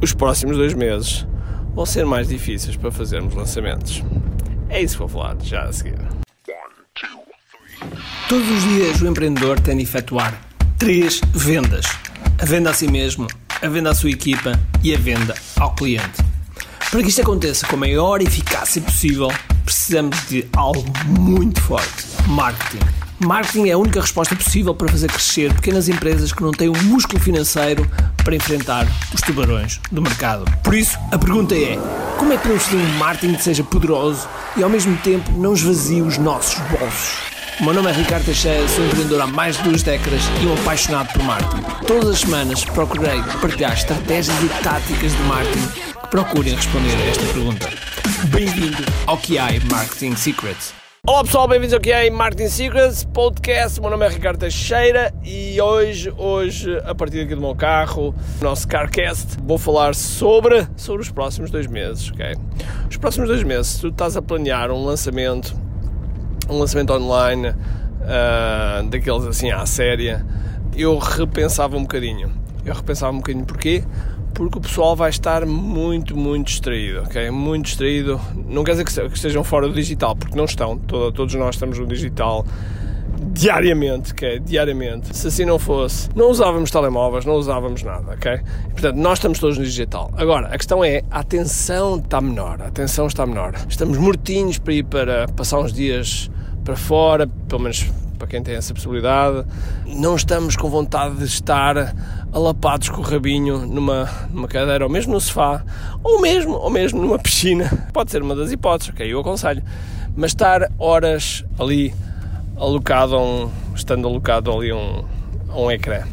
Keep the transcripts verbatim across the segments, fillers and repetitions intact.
os próximos dois meses vão ser mais difíceis para fazermos lançamentos. É isso que vou falar já a seguir. Todos os dias o empreendedor tem de efetuar três vendas. A venda a si mesmo, a venda à sua equipa e a venda ao cliente. Para que isto aconteça com a maior eficácia possível, precisamos de algo muito forte: marketing. Marketing é a única resposta possível para fazer crescer pequenas empresas que não têm o músculo financeiro para enfrentar os tubarões do mercado. Por isso, a pergunta é: como é que podemos fazer um marketing que seja poderoso e ao mesmo tempo não esvazie os nossos bolsos? O meu nome é Ricardo Teixeira, sou empreendedor há mais de duas décadas e um apaixonado por marketing. Todas as semanas procurei partilhar estratégias e táticas de marketing que procurem responder a esta pergunta. Bem-vindo ao Q I Marketing Secrets. Olá pessoal, bem-vindos ao Q I Marketing Secrets Podcast. O meu nome é Ricardo Teixeira e hoje, hoje, a partir aqui do meu carro, no nosso Carcast, vou falar sobre, sobre os próximos dois meses, ok? Os próximos dois meses, se tu estás a planear um lançamento, um lançamento online, uh, daqueles assim à séria, eu repensava um bocadinho. Eu repensava um bocadinho porquê? Porque o pessoal vai estar muito, muito distraído, ok? Muito distraído. Não quer dizer que estejam fora do digital, porque não estão. Todo, todos nós estamos no digital diariamente, ok? Diariamente. Se assim não fosse, não usávamos telemóveis, não usávamos nada, ok? E, portanto, nós estamos todos no digital. Agora, a questão é, a atenção está menor, a atenção está menor. Estamos mortinhos para ir para passar uns dias para fora, pelo menos para quem tem essa possibilidade. Não estamos com vontade de estar alapados com o rabinho numa, numa cadeira, ou mesmo no sofá, ou mesmo, ou mesmo numa piscina. Pode ser uma das hipóteses, ok? Eu aconselho. Mas estar horas ali alocado a um, estando alocado ali a um, a um ecrã.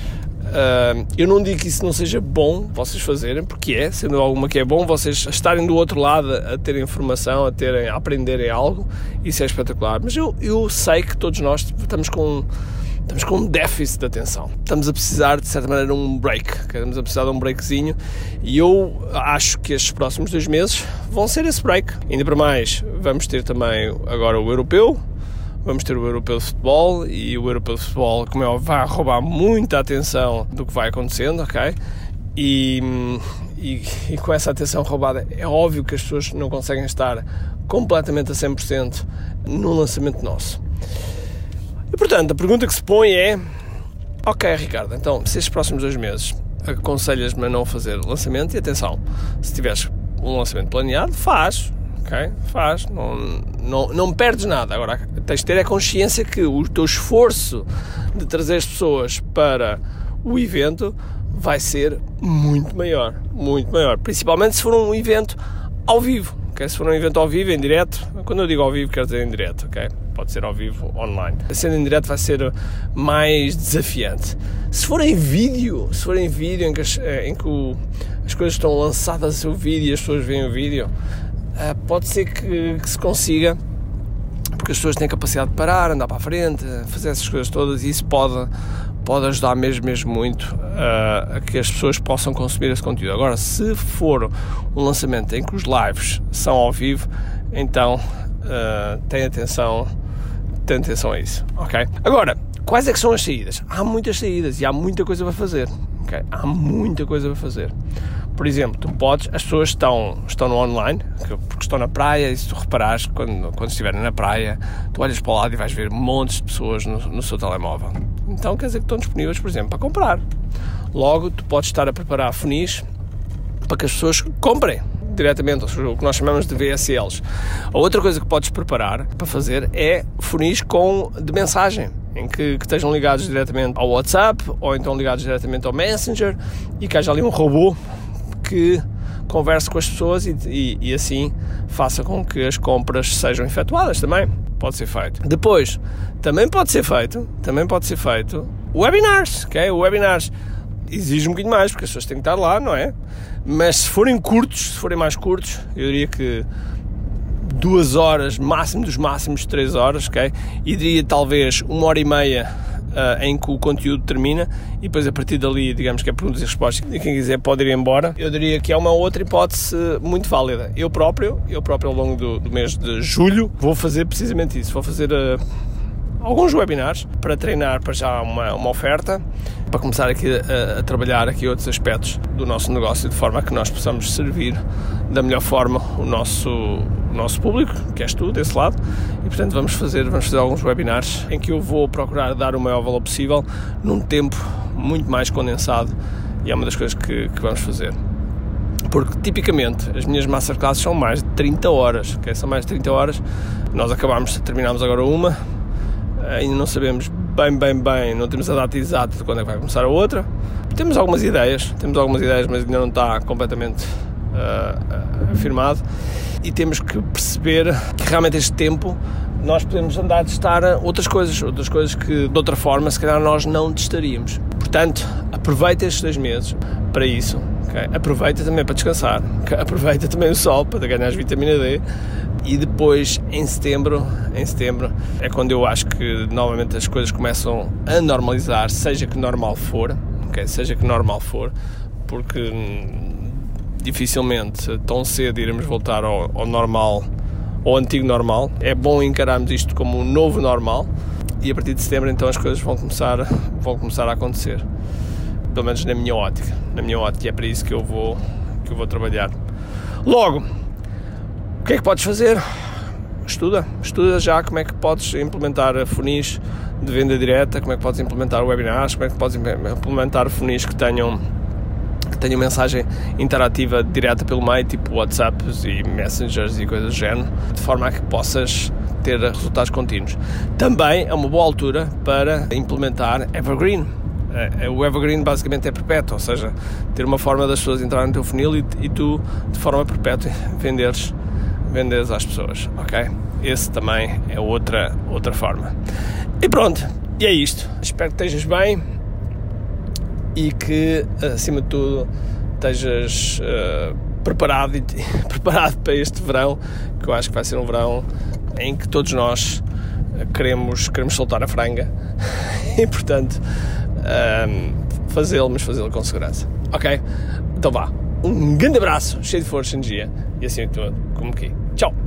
Uh, eu não digo que isso não seja bom vocês fazerem, porque é, sendo alguma que é bom, vocês estarem do outro lado a terem informação, a, terem, a aprenderem algo, isso é espetacular. Mas eu, eu sei que todos nós estamos com, estamos com um déficit de atenção. Estamos a precisar, de certa maneira, um break. Estamos a precisar de um breakzinho e eu acho que estes próximos dois meses vão ser esse break. Ainda para mais, vamos ter também agora o europeu. Vamos ter o Europeu de Futebol e o Europeu de Futebol, como é óbvio, vai roubar muita atenção do que vai acontecendo, ok? E, e, e com essa atenção roubada é óbvio que as pessoas não conseguem estar completamente a cem por cento no lançamento nosso. E portanto, a pergunta que se põe é: ok, Ricardo, então se estes próximos dois meses aconselhas-me a não fazer lançamento, e atenção, se tiveres um lançamento planeado, faz. Ok, faz, não, não, não perdes nada. Agora, tens de ter a consciência que o teu esforço de trazer as pessoas para o evento vai ser muito maior, muito maior, principalmente se for um evento ao vivo, okay? Se for um evento ao vivo, em direto, quando eu digo ao vivo quero dizer em direto, ok? Pode ser ao vivo, online. Sendo em direto vai ser mais desafiante. Se for em vídeo, se for em vídeo em que as, em que o, as coisas estão lançadas a seu vídeo e as pessoas veem o vídeo, Uh, pode ser que, que se consiga, porque as pessoas têm capacidade de parar, andar para a frente, fazer essas coisas todas, e isso pode, pode ajudar mesmo, mesmo muito uh, a que as pessoas possam consumir esse conteúdo. Agora, se for um lançamento em que os lives são ao vivo, então uh, tenha atenção, tenha atenção a isso, ok? Agora, quais é que são as saídas? Há muitas saídas e há muita coisa para fazer, ok? Há muita coisa para fazer. Por exemplo, tu podes, as pessoas estão, estão no online, porque estão na praia, e se tu reparares, quando, quando estiverem na praia, tu olhas para o lado e vais ver montes de pessoas no, no seu telemóvel. Então quer dizer que estão disponíveis, por exemplo, para comprar. Logo, tu podes estar a preparar funis para que as pessoas comprem diretamente, o que nós chamamos de V S Ls. A outra coisa que podes preparar para fazer é funis com, de mensagem, em que, que estejam ligados diretamente ao WhatsApp, ou então ligados diretamente ao Messenger, e que haja ali um robô que converse com as pessoas e, e, e assim faça com que as compras sejam efetuadas também. Pode ser feito. Depois, também pode ser feito, também pode ser feito webinars, ok? Webinars exige um bocadinho mais, porque as pessoas têm que estar lá, não é? Mas se forem curtos, se forem mais curtos, eu diria que duas horas, máximo dos máximos três horas, ok? E diria talvez uma hora e meia Uh, em que o conteúdo termina, e depois a partir dali, digamos que é perguntas e respostas, e quem quiser pode ir embora. Eu diria que é uma outra hipótese muito válida. Eu próprio, eu próprio ao longo do, do mês de julho vou fazer precisamente isso, vou fazer uh, alguns webinars para treinar para já uma, uma oferta, para começar aqui a, a trabalhar aqui outros aspectos do nosso negócio, de forma a que nós possamos servir da melhor forma o nosso, o nosso público, que és tu, desse lado, e portanto vamos fazer, vamos fazer alguns webinars em que eu vou procurar dar o maior valor possível num tempo muito mais condensado, e é uma das coisas que, que vamos fazer. Porque tipicamente as minhas masterclasses são mais de trinta horas, okay? São mais de trinta horas, nós acabamos, terminamos agora uma, ainda não sabemos bem, bem, bem, não temos a data exata de quando é que vai começar a outra. Temos algumas ideias, temos algumas ideias, mas ainda não está completamente uh, afirmado, e temos que perceber que realmente este tempo nós podemos andar a testar outras coisas, outras coisas que de outra forma se calhar nós não testaríamos. Portanto, aproveita estes dois meses para isso, okay? Aproveita também para descansar, okay? Aproveita também o sol para ganhar as vitamina D, e depois em setembro, em setembro é quando eu acho que novamente as coisas começam a normalizar, seja que normal for, okay? Seja que normal for, porque hum, dificilmente tão cedo iremos voltar ao, ao normal, ao antigo normal. É bom encararmos isto como um novo normal, e a partir de setembro então as coisas vão começar, vão começar a acontecer, pelo menos na minha ótica, na minha ótica, é para isso que eu vou, que eu vou trabalhar. Logo, o que é que podes fazer? Estuda, estuda já como é que podes implementar funis de venda direta, como é que podes implementar webinars, como é que podes implementar funis que tenham, que tenham mensagem interativa direta pelo meio, tipo WhatsApps e Messengers e coisas do género, de forma a que possas ter resultados contínuos. Também é uma boa altura para implementar Evergreen. O Evergreen basicamente é perpétuo, ou seja, ter uma forma das pessoas entrarem no teu funil e, e tu, de forma perpétua, venderes, venderes às pessoas, ok? Esse também é outra, outra forma. E pronto, e é isto. Espero que estejas bem e que, acima de tudo, estejas uh, preparado, e, preparado para este verão, que eu acho que vai ser um verão em que todos nós queremos, queremos soltar a franga e, portanto, um, fazê-lo, mas fazê-lo com segurança. Ok? Então vá. Um grande abraço, cheio de força e energia, e assim tudo, como aqui. Tchau!